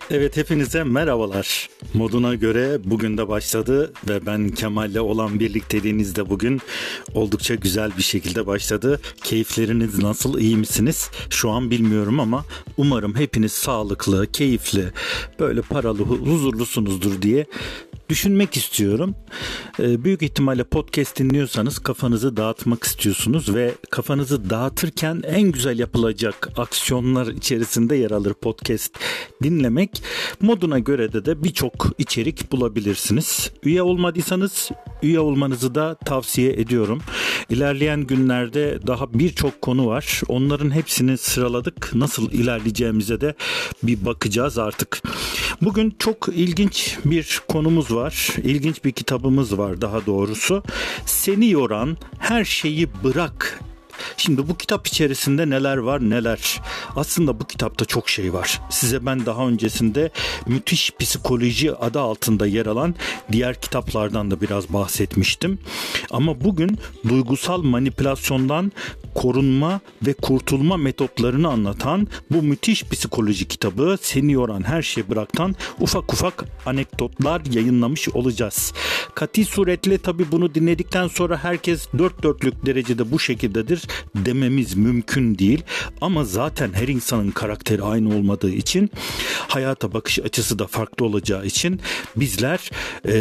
Evet, hepinize merhabalar. Moduna göre bugün de başladı ve ben Kemal'le olan birlikteliğiniz de bugün oldukça güzel bir şekilde başladı. Keyifleriniz nasıl, iyi misiniz? Şu an bilmiyorum ama umarım hepiniz sağlıklı, keyifli, böyle paralı, huzurlusunuzdur diye düşünmek istiyorum. Büyük ihtimalle podcast dinliyorsanız kafanızı dağıtmak istiyorsunuz ve kafanızı dağıtırken en güzel yapılacak aksiyonlar içerisinde yer alır podcast dinlemek. Moduna göre de birçok içerik bulabilirsiniz. Üye olmadıysanız üye olmanızı da tavsiye ediyorum. İlerleyen günlerde daha birçok konu var. Onların hepsini sıraladık. Nasıl ilerleyeceğimize de bir bakacağız artık. Bugün çok ilginç bir konumuz var. İlginç bir kitabımız var daha doğrusu. Seni yoran her şeyi bırak. Şimdi bu kitap içerisinde neler var neler. Aslında bu kitapta çok şey var. Size ben daha öncesinde Müthiş Psikoloji adı altında yer alan diğer kitaplardan da biraz bahsetmiştim. Ama bugün duygusal manipülasyondan korunma ve kurtulma metotlarını anlatan bu Müthiş Psikoloji kitabı Seni Yoran Her Şeyi Bırak'tan ufak ufak anekdotlar yayınlamış olacağız. Kati suretle tabii bunu dinledikten sonra herkes dört dörtlük derecede bu şekildedir dememiz mümkün değil. Ama zaten her insanın karakteri aynı olmadığı için, hayata bakış açısı da farklı olacağı için bizler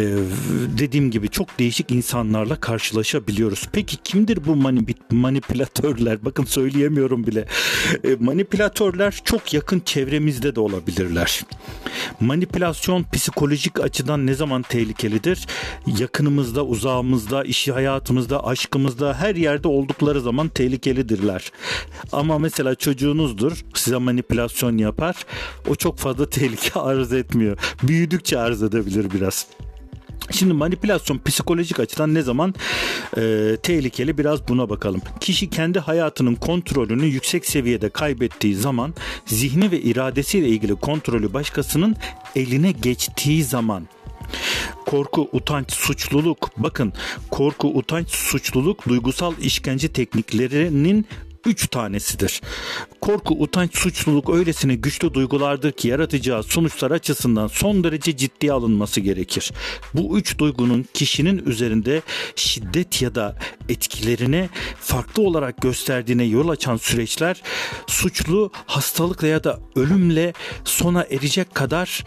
dediğim gibi çok değişik insanlarla karşılaşabiliyoruz. Peki kimdir bu manipülatörler? Bakın söyleyemiyorum bile. Manipülatörler çok yakın çevremizde de olabilirler. Manipülasyon psikolojik açıdan ne zaman tehlikelidir? Yakınımızda, uzağımızda, iş hayatımızda, aşkımızda, her yerde oldukları zaman tehlikelidirler. Ama mesela çocuğunuzdur, size manipülasyon yapar. O çok fazla tehlike arz etmiyor. Büyüdükçe arz edebilir biraz. Şimdi manipülasyon psikolojik açıdan ne zaman tehlikeli, biraz buna bakalım. Kişi kendi hayatının kontrolünü yüksek seviyede kaybettiği zaman, zihni ve iradesiyle ilgili kontrolü başkasının eline geçtiği zaman, korku, utanç, suçluluk, bakın korku, utanç, suçluluk duygusal işkence tekniklerinin 3 tanesidir. Korku, utanç, suçluluk öylesine güçlü duygulardır ki yaratacağı sonuçlar açısından son derece ciddiye alınması gerekir. Bu 3 duygunun kişinin üzerinde şiddet ya da etkilerini farklı olarak gösterdiğine yol açan süreçler suçlu, hastalıkla ya da ölümle sona erecek kadar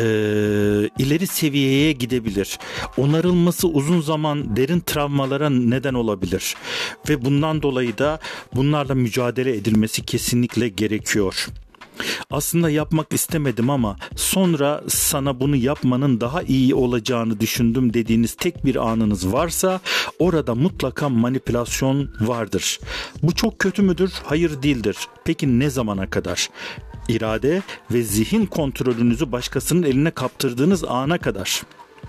ileri seviyeye gidebilir. Onarılması uzun zaman derin travmalara neden olabilir ve bundan dolayı da bunlarla mücadele edilmesi kesinlikle gerekiyor. Aslında yapmak istemedim ama sonra sana bunu yapmanın daha iyi olacağını düşündüm dediğiniz tek bir anınız varsa orada mutlaka manipülasyon vardır. Bu çok kötü müdür? Hayır, değildir. Peki ne zamana kadar? İrade ve zihin kontrolünüzü başkasının eline kaptırdığınız ana kadar.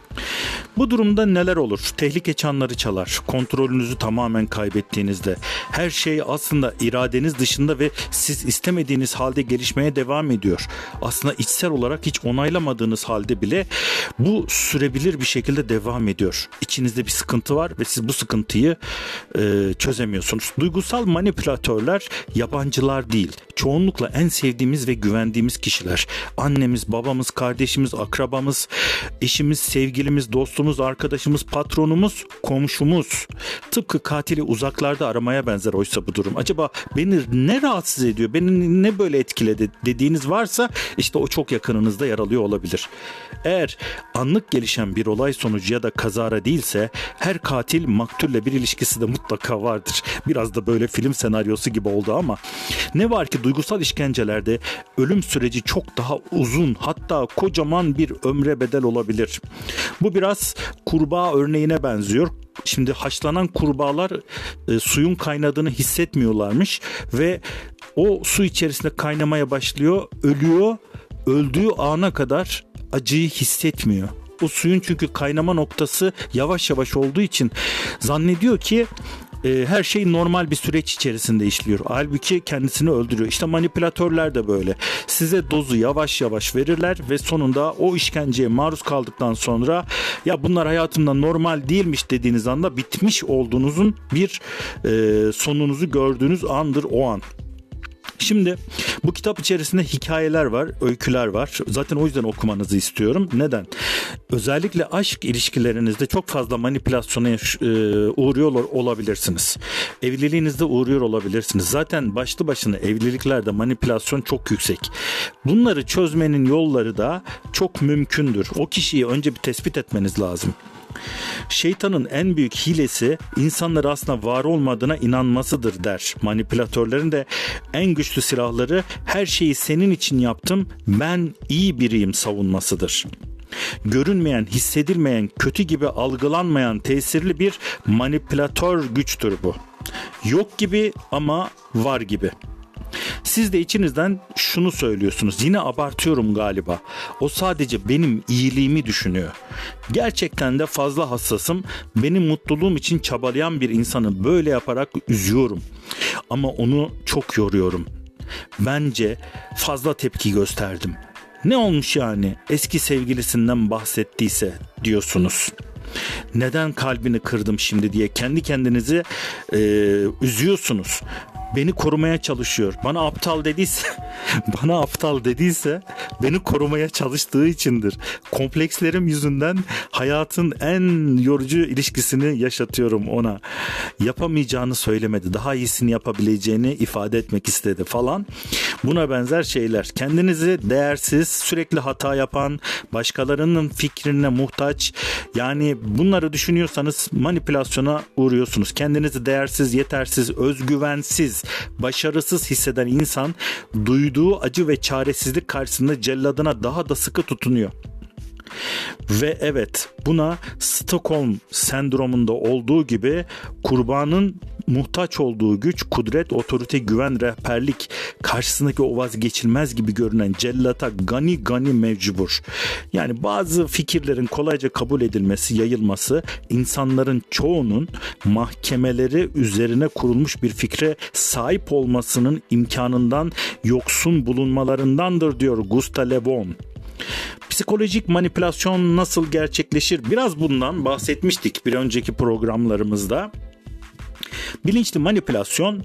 Bu durumda neler olur? Tehlike çanları çalar. Kontrolünüzü tamamen kaybettiğinizde her şey aslında iradeniz dışında ve siz istemediğiniz halde gelişmeye devam ediyor. Aslında içsel olarak hiç onaylamadığınız halde bile bu sürebilir bir şekilde devam ediyor. İçinizde bir sıkıntı var ve siz bu sıkıntıyı çözemiyorsunuz. Duygusal manipülatörler yabancılar değil. Çoğunlukla en sevdiğimiz ve güvendiğimiz kişiler. Annemiz, babamız, kardeşimiz, akrabamız, eşimiz, sevgilimiz, dostumuz, arkadaşımız, patronumuz, komşumuz. Tıpkı katili uzaklarda aramaya benzer oysa bu durum. Acaba beni ne rahatsız ediyor, beni ne böyle etkiledi dediğiniz varsa işte o çok yakınınızda yer alıyor olabilir. Eğer anlık gelişen bir olay sonucu ya da kazara değilse her katil maktulle bir ilişkisi de mutlaka vardır. Biraz da böyle film senaryosu gibi oldu ama ne var ki duygusal işkencelerde ölüm süreci çok daha uzun, hatta kocaman bir ömre bedel olabilir. Bu biraz kurbağa örneğine benziyor. Şimdi haşlanan kurbağalar suyun kaynadığını hissetmiyorlarmış ve o su içerisinde kaynamaya başlıyor, ölüyor. Öldüğü ana kadar acıyı hissetmiyor. O suyun çünkü kaynama noktası yavaş yavaş olduğu için zannediyor ki her şey normal bir süreç içerisinde işliyor. Halbuki kendisini öldürüyor. İşte manipülatörler de böyle. Size dozu yavaş yavaş verirler ve sonunda o işkenceye maruz kaldıktan sonra ya bunlar hayatımda normal değilmiş dediğiniz anda bitmiş olduğunuzun bir sonunuzu gördüğünüz andır o an. Şimdi Bu kitap içerisinde hikayeler var, öyküler var. Zaten o yüzden okumanızı istiyorum. Neden? Özellikle aşk ilişkilerinizde çok fazla manipülasyona uğruyor olabilirsiniz. Evliliğinizde uğruyor olabilirsiniz. Zaten başlı başına evliliklerde manipülasyon çok yüksek. Bunları çözmenin yolları da çok mümkündür. O kişiyi önce bir tespit etmeniz lazım. Şeytanın en büyük hilesi insanlar aslında var olmadığına inanmasıdır der. Manipülatörlerin de en güçlü silahları her şeyi senin için yaptım, ben iyi biriyim savunmasıdır. Görünmeyen, hissedilmeyen, kötü gibi algılanmayan tesirli bir manipülatör güçtür bu. Yok gibi ama var gibi. Siz de içinizden şunu söylüyorsunuz. Yine abartıyorum galiba. O sadece benim iyiliğimi düşünüyor. Gerçekten de fazla hassasım. Benim mutluluğum için çabalayan bir insanı böyle yaparak üzüyorum. Ama onu çok yoruyorum. Bence fazla tepki gösterdim. Ne olmuş yani? Eski sevgilisinden bahsettiyse diyorsunuz. Neden kalbini kırdım şimdi diye kendi kendinizi üzüyorsunuz. Beni korumaya çalışıyor. Bana aptal dediyse beni korumaya çalıştığı içindir. Komplekslerim yüzünden hayatın en yorucu ilişkisini yaşatıyorum ona. Yapamayacağını söylemedi. Daha iyisini yapabileceğini ifade etmek istedi falan. Buna benzer şeyler. Kendinizi değersiz, sürekli hata yapan, başkalarının fikrine muhtaç. Yani bunları düşünüyorsanız manipülasyona uğruyorsunuz. Kendinizi değersiz, yetersiz, özgüvensiz, başarısız hisseden insan duyduğu acı ve çaresizlik karşısında celladına daha da sıkı tutunuyor. Ve evet, buna Stockholm sendromunda olduğu gibi kurbanın muhtaç olduğu güç, kudret, otorite, güven, rehberlik karşısındaki o vazgeçilmez gibi görünen cellata gani mecbur. Yani bazı fikirlerin kolayca kabul edilmesi, yayılması insanların çoğunun mahkemeleri üzerine kurulmuş bir fikre sahip olmasının imkanından yoksun bulunmalarındandır diyor Gustav Le Bon. Psikolojik manipülasyon nasıl gerçekleşir? Biraz bundan bahsetmiştik bir önceki programlarımızda. Bilinçli manipülasyon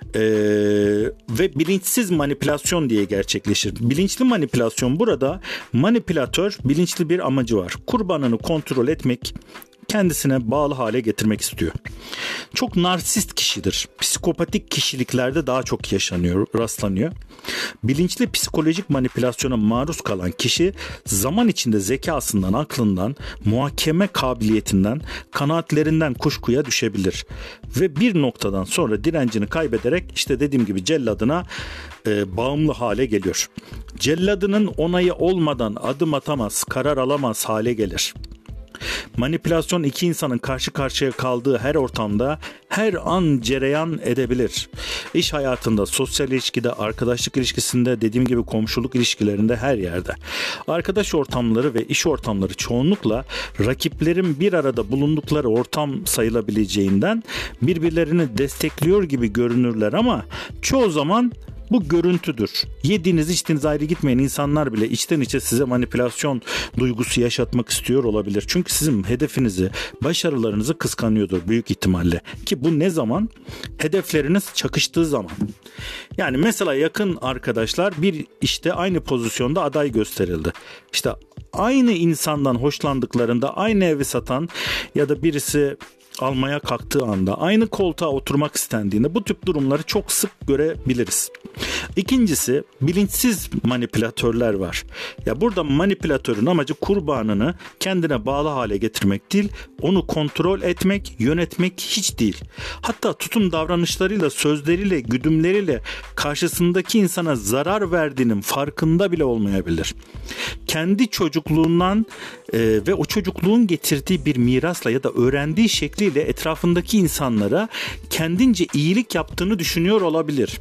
ve bilinçsiz manipülasyon diye gerçekleşir. Bilinçli manipülasyon, burada manipülatör bilinçli bir amacı var. Kurbanını kontrol etmek, kendisine bağlı hale getirmek istiyor. Çok narsist kişidir. Psikopatik kişiliklerde daha çok rastlanıyor. Bilinçli psikolojik manipülasyona maruz kalan kişi zaman içinde zekasından, aklından, muhakeme kabiliyetinden, kanaatlerinden kuşkuya düşebilir. Ve bir noktadan sonra direncini kaybederek işte dediğim gibi celladına bağımlı hale geliyor. Celladının onayı olmadan adım atamaz, karar alamaz hale gelir. Manipülasyon iki insanın karşı karşıya kaldığı her ortamda her an cereyan edebilir. İş hayatında, sosyal ilişkide, arkadaşlık ilişkisinde, dediğim gibi komşuluk ilişkilerinde, her yerde. Arkadaş ortamları ve iş ortamları çoğunlukla rakiplerin bir arada bulundukları ortam sayılabileceğinden birbirlerini destekliyor gibi görünürler ama çoğu zaman bu görüntüdür. Yediğiniz içtiğiniz ayrı gitmeyen insanlar bile içten içe size manipülasyon duygusu yaşatmak istiyor olabilir. Çünkü sizin hedefinizi, başarılarınızı kıskanıyordur büyük ihtimalle. Ki bu ne zaman? Hedefleriniz çakıştığı zaman. Yani mesela yakın arkadaşlar bir işte aynı pozisyonda aday gösterildi. İşte aynı insandan hoşlandıklarında aynı evi satan ya da birisi almaya kalktığı anda, aynı koltuğa oturmak istendiğinde bu tip durumları çok sık görebiliriz. İkincisi, bilinçsiz manipülatörler var. Ya burada manipülatörün amacı kurbanını kendine bağlı hale getirmek değil, onu kontrol etmek, yönetmek hiç değil. Hatta tutum davranışlarıyla, sözleriyle, güdümleriyle karşısındaki insana zarar verdiğinin farkında bile olmayabilir. Kendi çocukluğundan ve o çocukluğun getirdiği bir mirasla ya da öğrendiği şekliyle etrafındaki insanlara kendince iyilik yaptığını düşünüyor olabilir.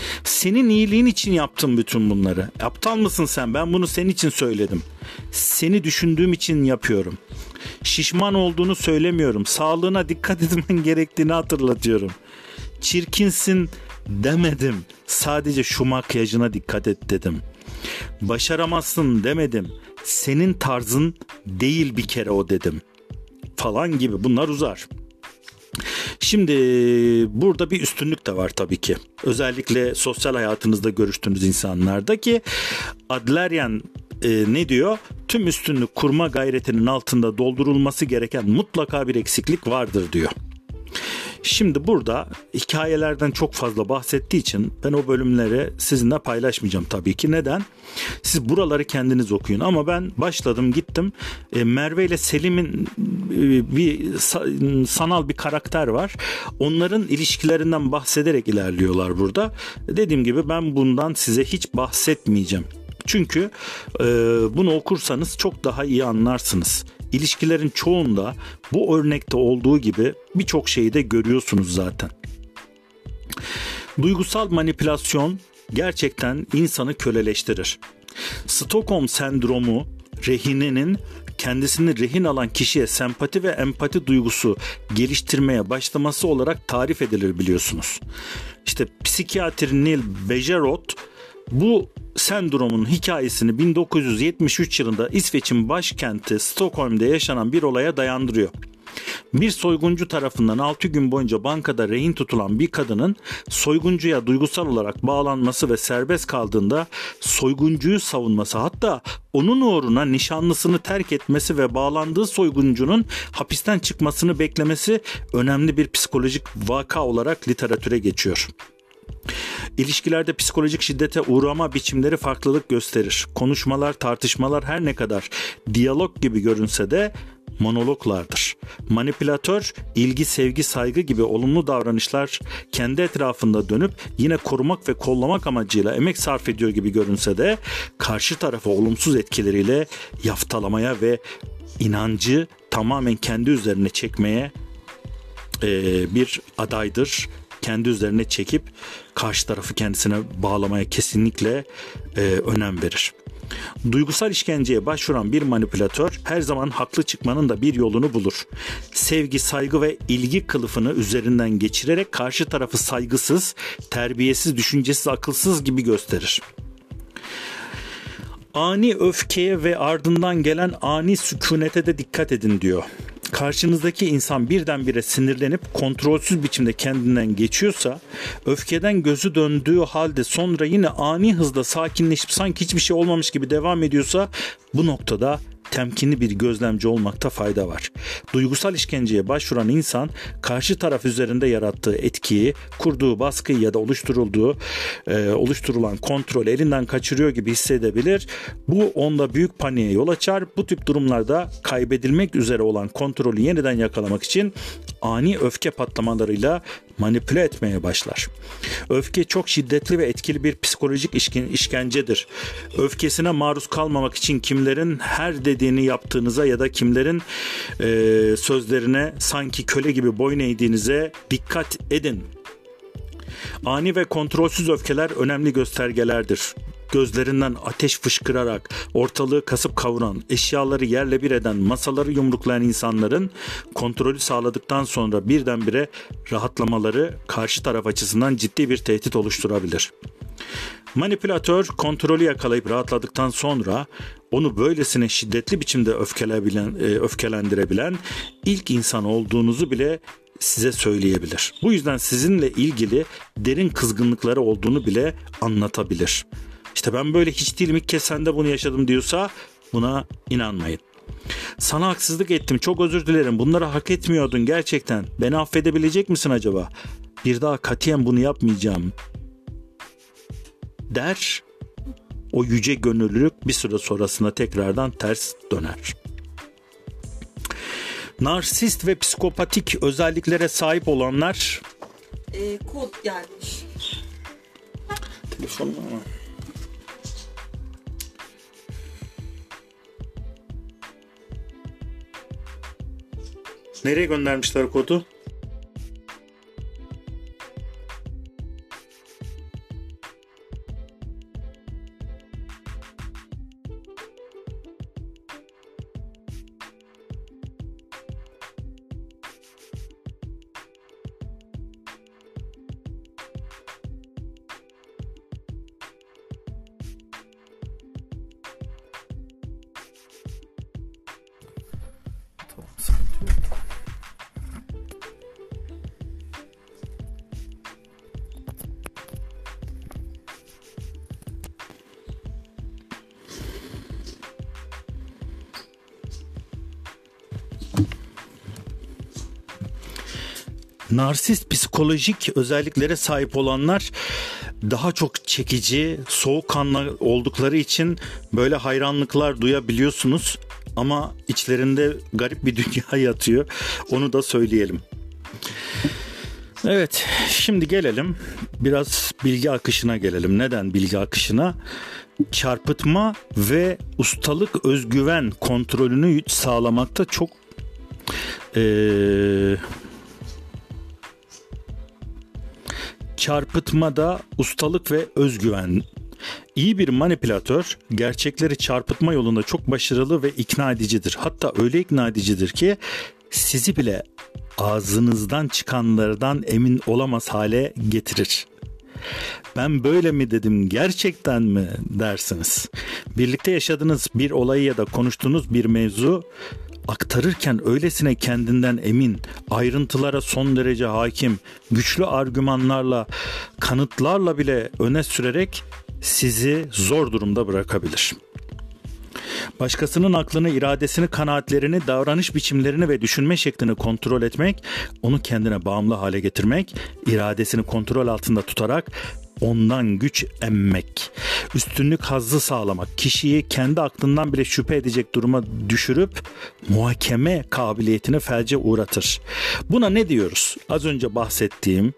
Senin iyiliğin için yaptım bütün bunları. Aptal mısın sen? Ben bunu senin için söyledim. Seni düşündüğüm için yapıyorum. Şişman olduğunu söylemiyorum. Sağlığına dikkat etmen gerektiğini hatırlatıyorum. Çirkinsin demedim. Sadece şu makyajına dikkat et dedim. Başaramazsın demedim. Senin tarzın değil bir kere o dedim. Falan gibi bunlar uzar. Şimdi burada bir üstünlük de var tabii ki. Özellikle sosyal hayatınızda görüştüğünüz insanlarda ki Adleryan ne diyor? Tüm üstünlük kurma gayretinin altında doldurulması gereken mutlaka bir eksiklik vardır diyor. Şimdi burada hikayelerden çok fazla bahsettiği için ben o bölümleri sizinle paylaşmayacağım tabii ki. Neden? Siz buraları kendiniz okuyun. Ama ben başladım gittim. Merve ile Selim'in bir sanal bir karakter var. Onların ilişkilerinden bahsederek ilerliyorlar burada. Dediğim gibi ben bundan size hiç bahsetmeyeceğim. Çünkü bunu okursanız çok daha iyi anlarsınız. İlişkilerin çoğunda bu örnekte olduğu gibi birçok şeyi de görüyorsunuz zaten. Duygusal manipülasyon gerçekten insanı köleleştirir. Stockholm sendromu rehinenin kendisini rehin alan kişiye sempati ve empati duygusu geliştirmeye başlaması olarak tarif edilir biliyorsunuz. İşte psikiyatr Neil Bejerot bu sendromun hikayesini 1973 yılında İsveç'in başkenti Stockholm'da yaşanan bir olaya dayandırıyor. Bir soyguncu tarafından 6 gün boyunca bankada rehin tutulan bir kadının soyguncuya duygusal olarak bağlanması ve serbest kaldığında soyguncuyu savunması, hatta onun uğruna nişanlısını terk etmesi ve bağlandığı soyguncunun hapisten çıkmasını beklemesi önemli bir psikolojik vaka olarak literatüre geçiyor. İlişkilerde psikolojik şiddete uğrama biçimleri farklılık gösterir. Konuşmalar, tartışmalar her ne kadar diyalog gibi görünse de monologlardır. Manipülatör, ilgi, sevgi, saygı gibi olumlu davranışlar kendi etrafında dönüp yine korumak ve kollamak amacıyla emek sarf ediyor gibi görünse de karşı tarafa olumsuz etkileriyle yaftalamaya ve inancı tamamen kendi üzerine çekmeye bir adaydır. Kendi üzerine çekip karşı tarafı kendisine bağlamaya kesinlikle önem verir. Duygusal işkenceye başvuran bir manipülatör her zaman haklı çıkmanın da bir yolunu bulur. Sevgi, saygı ve ilgi kılıfını üzerinden geçirerek karşı tarafı saygısız, terbiyesiz, düşüncesiz, akılsız gibi gösterir. Ani öfkeye ve ardından gelen ani sükunete de dikkat edin diyor. Karşınızdaki insan birdenbire sinirlenip kontrolsüz biçimde kendinden geçiyorsa, öfkeden gözü döndüğü halde sonra yine ani hızla sakinleşip sanki hiçbir şey olmamış gibi devam ediyorsa, bu noktada temkinli bir gözlemci olmakta fayda var. Duygusal işkenceye başvuran insan karşı taraf üzerinde yarattığı etkiyi, kurduğu baskıyı ya da oluşturulan kontrolü elinden kaçırıyor gibi hissedebilir. Bu onda büyük paniğe yol açar. Bu tip durumlarda kaybedilmek üzere olan kontrolü yeniden yakalamak için ani öfke patlamalarıyla manipüle etmeye başlar. Öfke çok şiddetli ve etkili bir psikolojik işkencedir. Öfkesine maruz kalmamak için kimlerin her dediğini yaptığınıza ya da kimlerin sözlerine sanki köle gibi boyun eğdiğinize dikkat edin. Ani ve kontrolsüz öfkeler önemli göstergelerdir. Gözlerinden ateş fışkırarak ortalığı kasıp kavuran, eşyaları yerle bir eden, masaları yumruklayan insanların kontrolü sağladıktan sonra birdenbire rahatlamaları karşı taraf açısından ciddi bir tehdit oluşturabilir. Manipülatör kontrolü yakalayıp rahatladıktan sonra onu böylesine şiddetli biçimde öfkelendirebilen ilk insan olduğunuzu bile size söyleyebilir. Bu yüzden sizinle ilgili derin kızgınlıkları olduğunu bile anlatabilir. İşte ben böyle hiç değilim, ilk kez sende bunu yaşadım diyorsa buna inanmayın. Sana haksızlık ettim, çok özür dilerim, bunları hak etmiyordun gerçekten, beni affedebilecek misin acaba? Bir daha katiyen bunu yapmayacağım der. O yüce gönüllülük bir süre sonrasında tekrardan ters döner. Narsist ve psikopatik özelliklere sahip olanlar kod gelmiş. Telefonum ama. Nereye göndermişler kodu? Narsist psikolojik özelliklere sahip olanlar daha çok çekici, soğukkanlı oldukları için böyle hayranlıklar duyabiliyorsunuz. Ama içlerinde garip bir dünya yatıyor. Onu da söyleyelim. Evet, şimdi gelelim biraz bilgi akışına gelelim. Neden bilgi akışına? Çarpıtma ve ustalık, özgüven kontrolünü sağlamakta çok çarpıtmada ustalık ve özgüven. İyi bir manipülatör gerçekleri çarpıtma yolunda çok başarılı ve ikna edicidir. Hatta öyle ikna edicidir ki sizi bile ağzınızdan çıkanlardan emin olamaz hale getirir. Ben böyle mi dedim, gerçekten mi dersiniz. Birlikte yaşadığınız bir olayı ya da konuştuğunuz bir mevzu aktarırken öylesine kendinden emin, ayrıntılara son derece hakim, güçlü argümanlarla, kanıtlarla bile öne sürerek sizi zor durumda bırakabilir. Başkasının aklını, iradesini, kanaatlerini, davranış biçimlerini ve düşünme şeklini kontrol etmek, onu kendine bağımlı hale getirmek, iradesini kontrol altında tutarak ondan güç emmek, üstünlük hazzı sağlamak, kişiyi kendi aklından bile şüphe edecek duruma düşürüp muhakeme kabiliyetini felce uğratır. Buna ne diyoruz? Az önce bahsettiğim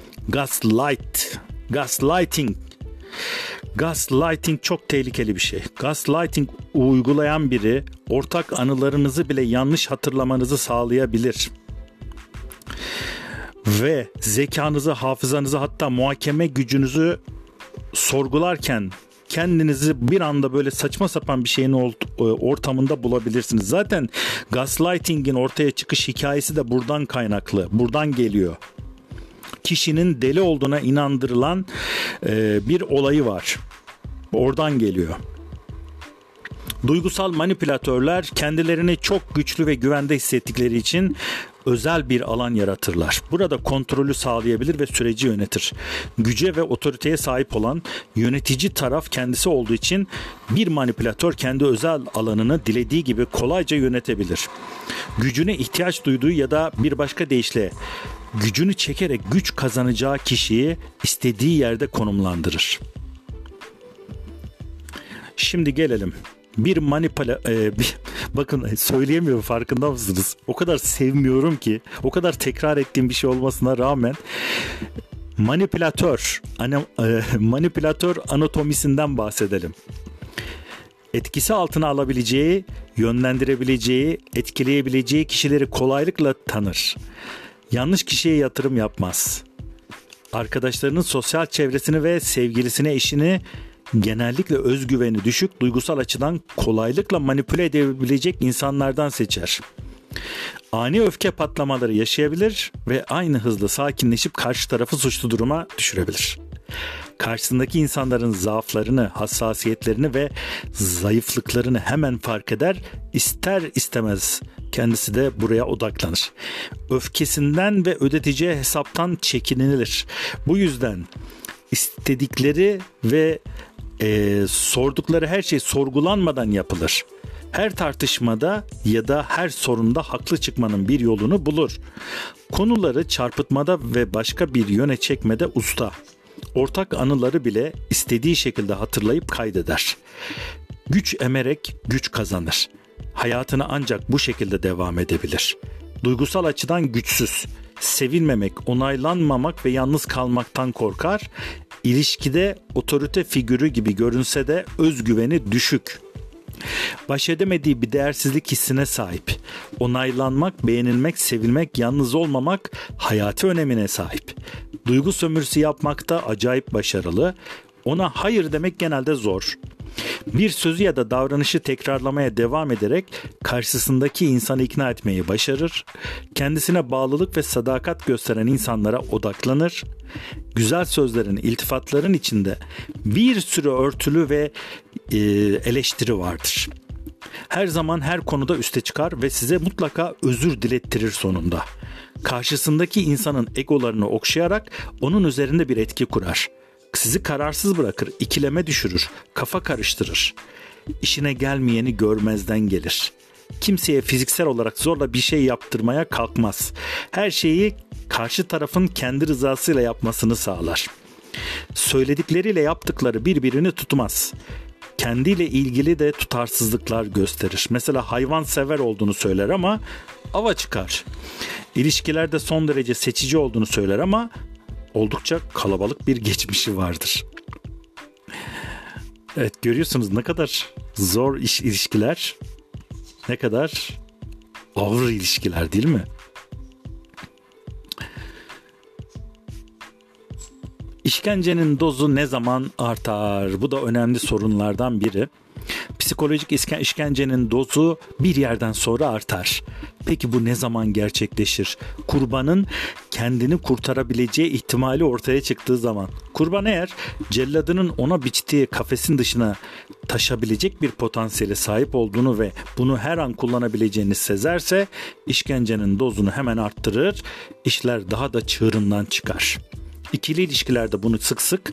gaslighting. Gaslighting çok tehlikeli bir şey. Gaslighting uygulayan biri ortak anılarınızı bile yanlış hatırlamanızı sağlayabilir. Ve zekanızı, hafızanızı, hatta muhakeme gücünüzü sorgularken kendinizi bir anda böyle saçma sapan bir şeyin ortamında bulabilirsiniz. Zaten gaslighting'in ortaya çıkış hikayesi de buradan kaynaklı, buradan geliyor. Kişinin deli olduğuna inandırılan bir olayı var. Oradan geliyor. Duygusal manipülatörler kendilerini çok güçlü ve güvende hissettikleri için özel bir alan yaratırlar. Burada kontrolü sağlayabilir ve süreci yönetir. Güce ve otoriteye sahip olan yönetici taraf kendisi olduğu için bir manipülatör kendi özel alanını dilediği gibi kolayca yönetebilir. Gücüne ihtiyaç duyduğu ya da bir başka deyişle gücünü çekerek güç kazanacağı kişiyi istediği yerde konumlandırır. Şimdi gelelim. Bakın söyleyemiyorum, farkında mısınız? O kadar sevmiyorum ki, o kadar tekrar ettiğim bir şey olmasına rağmen manipülatör anatomisinden bahsedelim. Etkisi altına alabileceği, yönlendirebileceği, etkileyebileceği kişileri kolaylıkla tanır. Yanlış kişiye yatırım yapmaz. Arkadaşlarının sosyal çevresini ve sevgilisine, eşini genellikle özgüveni düşük, duygusal açıdan kolaylıkla manipüle edebilecek insanlardan seçer. Ani öfke patlamaları yaşayabilir ve aynı hızla sakinleşip karşı tarafı suçlu duruma düşürebilir. Karşısındaki insanların zaaflarını, hassasiyetlerini ve zayıflıklarını hemen fark eder, ister istemez kendisi de buraya odaklanır. Öfkesinden ve ödeteceği hesaptan çekinilir. Bu yüzden istedikleri ve sordukları her şey sorgulanmadan yapılır. Her tartışmada ya da her sorunda haklı çıkmanın bir yolunu bulur. Konuları çarpıtmada ve başka bir yöne çekmede usta. Ortak anıları bile istediği şekilde hatırlayıp kaydeder. Güç emerek güç kazanır. Hayatına ancak bu şekilde devam edebilir. Duygusal açıdan güçsüz. Sevilmemek, onaylanmamak ve yalnız kalmaktan korkar. İlişkide otorite figürü gibi görünse de özgüveni düşük. Baş edemediği bir değersizlik hissine sahip. Onaylanmak, beğenilmek, sevilmek, yalnız olmamak hayati önemine sahip. Duygu sömürüsü yapmakta acayip başarılı. Ona hayır demek genelde zor. Bir sözü ya da davranışı tekrarlamaya devam ederek karşısındaki insanı ikna etmeyi başarır. Kendisine bağlılık ve sadakat gösteren insanlara odaklanır. Güzel sözlerin, iltifatların içinde bir sürü örtülü ve eleştiri vardır. Her zaman her konuda üste çıkar ve size mutlaka özür dilettirir sonunda. Karşısındaki insanın egolarını okşayarak onun üzerinde bir etki kurar. Sizi kararsız bırakır, ikileme düşürür, kafa karıştırır. İşine gelmeyeni görmezden gelir. Kimseye fiziksel olarak zorla bir şey yaptırmaya kalkmaz. Her şeyi karşı tarafın kendi rızasıyla yapmasını sağlar. Söyledikleriyle yaptıkları birbirini tutmaz. Kendiyle ilgili de tutarsızlıklar gösterir. Mesela hayvansever olduğunu söyler ama ava çıkar. İlişkilerde son derece seçici olduğunu söyler ama oldukça kalabalık bir geçmişi vardır. Evet, görüyorsunuz ne kadar zor ilişkiler, ne kadar ağır ilişkiler, değil mi? İşkencenin dozu ne zaman artar? Bu da önemli sorunlardan biri. Psikolojik işkencenin dozu bir yerden sonra artar. Peki bu ne zaman gerçekleşir? Kurbanın kendini kurtarabileceği ihtimali ortaya çıktığı zaman. Kurban eğer celladının ona biçtiği kafesin dışına taşabilecek bir potansiyele sahip olduğunu ve bunu her an kullanabileceğini sezerse işkencenin dozunu hemen arttırır, işler daha da çığırından çıkar. İkili ilişkilerde bunu sık sık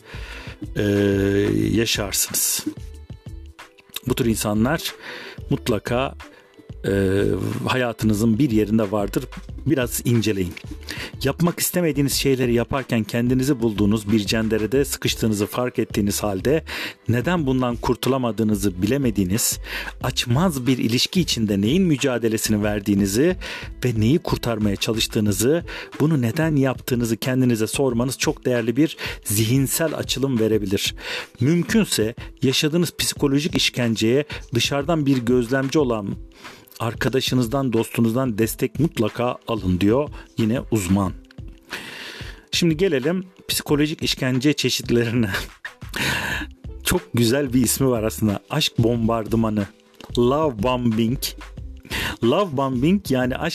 yaşarsınız. Bu tür insanlar mutlaka hayatınızın bir yerinde vardır. Biraz inceleyin. Yapmak istemediğiniz şeyleri yaparken kendinizi bulduğunuz bir cenderede sıkıştığınızı fark ettiğiniz halde neden bundan kurtulamadığınızı bilemediğiniz, açmaz bir ilişki içinde neyin mücadelesini verdiğinizi ve neyi kurtarmaya çalıştığınızı, bunu neden yaptığınızı kendinize sormanız çok değerli bir zihinsel açılım verebilir. Mümkünse yaşadığınız psikolojik işkenceye dışarıdan bir gözlemci olan arkadaşınızdan, dostunuzdan destek mutlaka alın diyor yine uzman. Şimdi gelelim psikolojik işkence çeşitlerine. Çok güzel bir ismi var aslında. Aşk bombardımanı. Love bombing. Love bombing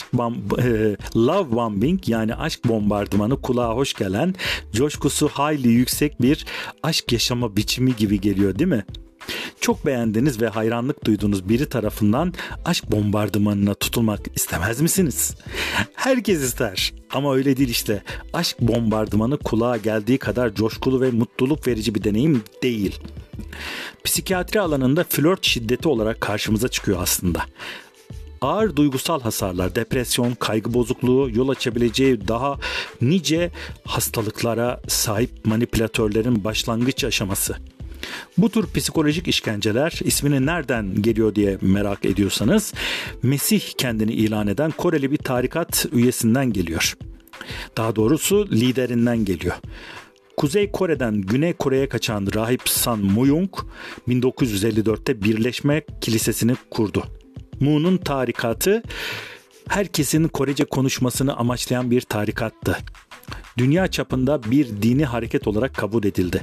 yani aşk bombardımanı kulağa hoş gelen, coşkusu hayli yüksek bir aşk yaşama biçimi gibi geliyor, değil mi? Çok beğendiğiniz ve hayranlık duyduğunuz biri tarafından aşk bombardımanına tutulmak istemez misiniz? Herkes ister ama öyle değil işte. Aşk bombardımanı kulağa geldiği kadar coşkulu ve mutluluk verici bir deneyim değil. Psikiyatri alanında flört şiddeti olarak karşımıza çıkıyor aslında. Ağır duygusal hasarlar, depresyon, kaygı bozukluğu yol açabileceği daha nice hastalıklara sahip manipülatörlerin başlangıç aşaması. Bu tür psikolojik işkenceler ismini nereden geliyor diye merak ediyorsanız, Mesih kendini ilan eden Koreli bir tarikat üyesinden geliyor. Daha doğrusu liderinden geliyor. Kuzey Kore'den Güney Kore'ye kaçan rahip San Moyung 1954'te Birleşme Kilisesi'ni kurdu. Mu'nun tarikatı herkesin Korece konuşmasını amaçlayan bir tarikattı. Dünya çapında bir dini hareket olarak kabul edildi.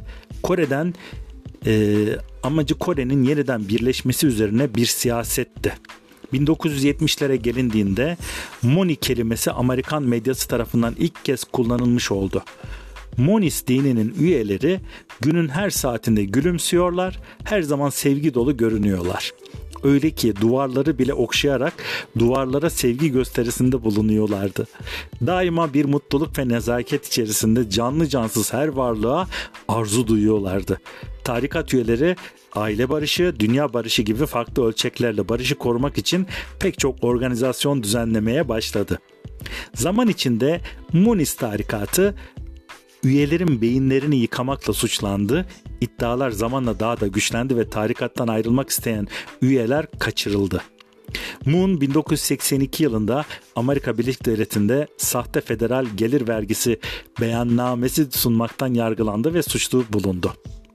Amacı Kore'nin yeniden birleşmesi üzerine bir siyasetti. 1970'lere gelindiğinde Moni kelimesi Amerikan medyası tarafından ilk kez kullanılmış oldu. Monist dininin üyeleri günün her saatinde gülümsüyorlar, her zaman sevgi dolu görünüyorlar. Öyle ki duvarları bile okşayarak duvarlara sevgi gösterisinde bulunuyorlardı. Daima bir mutluluk ve nezaket içerisinde canlı cansız her varlığa arzu duyuyorlardı. Tarikat üyeleri aile barışı, dünya barışı gibi farklı ölçeklerle barışı korumak için pek çok organizasyon düzenlemeye başladı. Zaman içinde Monist tarikatı üyelerin beyinlerini yıkamakla suçlandı. İddialar zamanla daha da güçlendi ve tarikattan ayrılmak isteyen üyeler kaçırıldı. Moon 1982 yılında Amerika Birleşik Devletleri'nde sahte federal gelir vergisi beyannamesi sunmaktan yargılandı ve suçlu bulundu.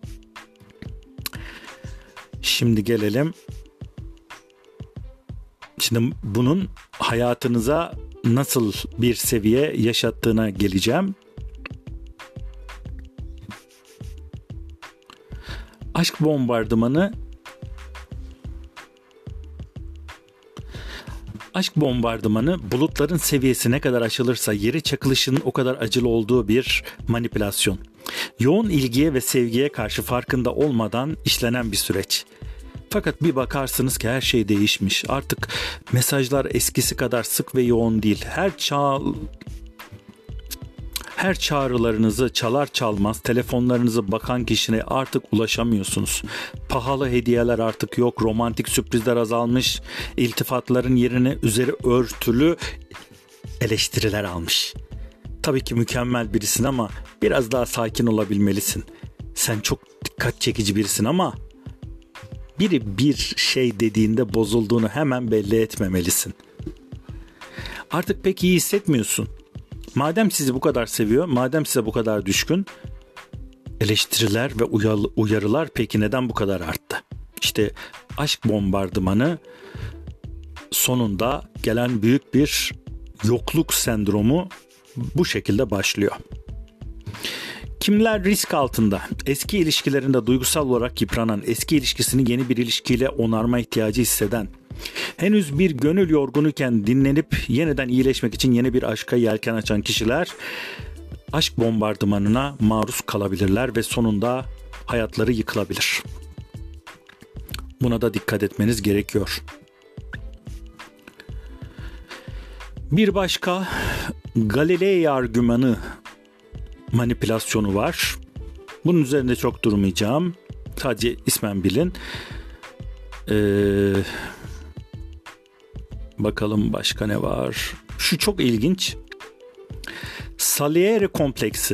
Şimdi gelelim. Şimdi bunun hayatınıza nasıl bir seviye yaşattığına geleceğim. Aşk bombardımanı bulutların seviyesi ne kadar aşılırsa yere çakılışının o kadar acılı olduğu bir manipülasyon. Yoğun ilgiye ve sevgiye karşı farkında olmadan işlenen bir süreç. Fakat bir bakarsınız ki her şey değişmiş. Artık Her çağrılarınızı çalar çalmaz telefonlarınızı bakan kişiye artık ulaşamıyorsunuz. Pahalı hediyeler artık yok, romantik sürprizler azalmış, iltifatların yerine üzeri örtülü eleştiriler almış. Tabii ki mükemmel birisin ama biraz daha sakin olabilmelisin. Sen çok dikkat çekici birisin ama biri bir şey dediğinde bozulduğunu hemen belli etmemelisin. Artık pek iyi hissetmiyorsun. Madem sizi bu kadar seviyor, madem size bu kadar düşkün, eleştiriler ve uyarılar peki neden bu kadar arttı? İşte aşk bombardımanı sonunda gelen büyük bir yokluk sendromu bu şekilde başlıyor. Kimler risk altında? Eski ilişkilerinde duygusal olarak yıpranan, eski ilişkisini yeni bir ilişkiyle onarma ihtiyacı hisseden, henüz bir gönül yorgunuyken dinlenip yeniden iyileşmek için yeni bir aşka yelken açan kişiler aşk bombardımanına maruz kalabilirler ve sonunda hayatları yıkılabilir. Buna da dikkat etmeniz gerekiyor. Bir başka Galilei argümanı manipülasyonu var. Bunun üzerinde çok durmayacağım. Sadece ismen bilin. Bakalım başka ne var? Şu çok ilginç. Salieri kompleksi.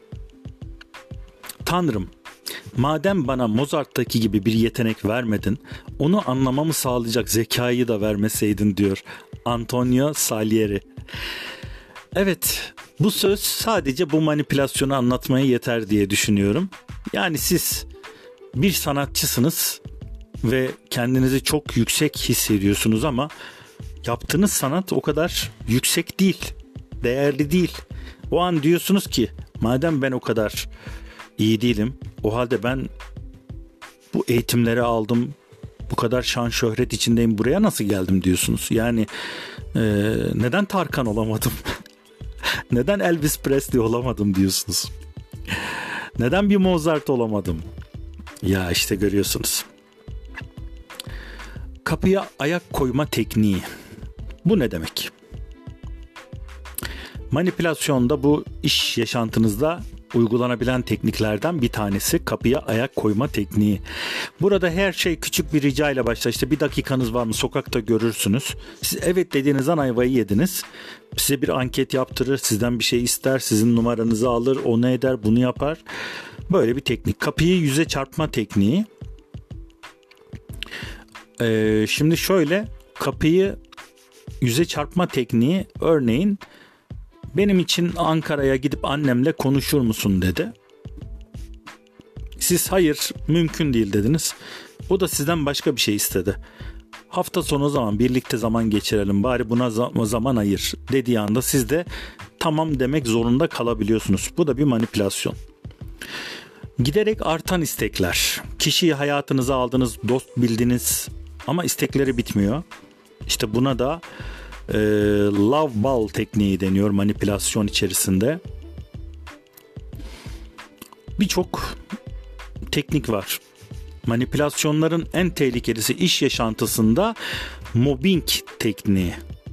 Tanrım, madem bana Mozart'taki gibi bir yetenek vermedin, onu anlamamı sağlayacak zekayı da vermeseydin diyor Antonio Salieri. Evet, bu söz sadece bu manipülasyonu anlatmaya yeter diye düşünüyorum. Yani siz bir sanatçısınız ve kendinizi çok yüksek hissediyorsunuz ama yaptığınız sanat o kadar yüksek değil, değerli değil. O an diyorsunuz ki madem ben o kadar iyi değilim, o halde ben bu eğitimleri aldım, bu kadar şan şöhret içindeyim, buraya nasıl geldim diyorsunuz. Yani neden Tarkan olamadım? Neden Elvis Presley olamadım diyorsunuz. Neden bir Mozart olamadım? Ya işte görüyorsunuz. Kapıya ayak koyma tekniği. Bu ne demek? Manipülasyonda bu iş yaşantınızda uygulanabilen tekniklerden bir tanesi kapıya ayak koyma tekniği. Burada her şey küçük bir rica ile başlar. İşte bir dakikanız var mı, sokakta görürsünüz. Siz evet dediğinizden ayvayı yediniz. Size bir anket yaptırır, sizden bir şey ister, sizin numaranızı alır, o ne eder, bunu yapar. Böyle bir teknik. Kapıyı yüze çarpma tekniği. Şimdi şöyle, kapıyı yüze çarpma tekniği, örneğin benim için Ankara'ya gidip annemle konuşur musun dedi. Siz hayır, mümkün değil dediniz. O da sizden başka bir şey istedi. Hafta sonu o zaman birlikte zaman geçirelim, bari buna zaman ayır dediği anda siz de tamam demek zorunda kalabiliyorsunuz. Bu da bir manipülasyon. Giderek artan istekler. Kişiyi hayatınıza aldınız, dost bildiniz ama istekleri bitmiyor. İşte buna da love ball tekniği deniyor manipülasyon içerisinde. Birçok teknik var. Manipülasyonların en tehlikelisi iş yaşantısında mobbing tekniği.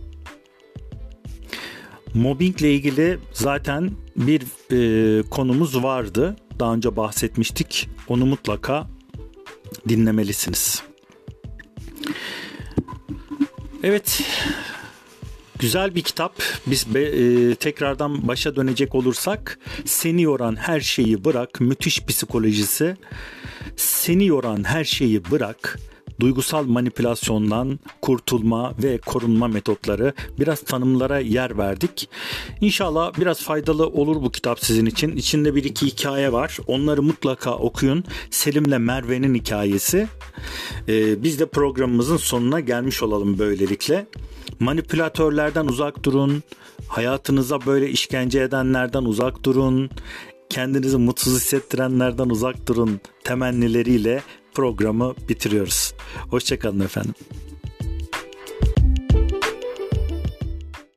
Mobbingle ilgili zaten bir konumuz vardı. Daha önce bahsetmiştik. Onu mutlaka dinlemelisiniz. Evet, güzel bir kitap. Biz tekrardan başa dönecek olursak, seni yoran her şeyi bırak, müthiş psikolojisi. Seni yoran her şeyi bırak, duygusal manipülasyondan kurtulma ve korunma metotları, biraz tanımlara yer verdik. İnşallah biraz faydalı olur bu kitap sizin için. İçinde bir iki hikaye var. Onları mutlaka okuyun. Selim'le Merve'nin hikayesi. Biz de programımızın sonuna gelmiş olalım böylelikle. Manipülatörlerden uzak durun. Hayatınıza böyle işkence edenlerden uzak durun. Kendinizi mutsuz hissettirenlerden uzak durun temennileriyle programı bitiriyoruz. Hoşça kalın efendim.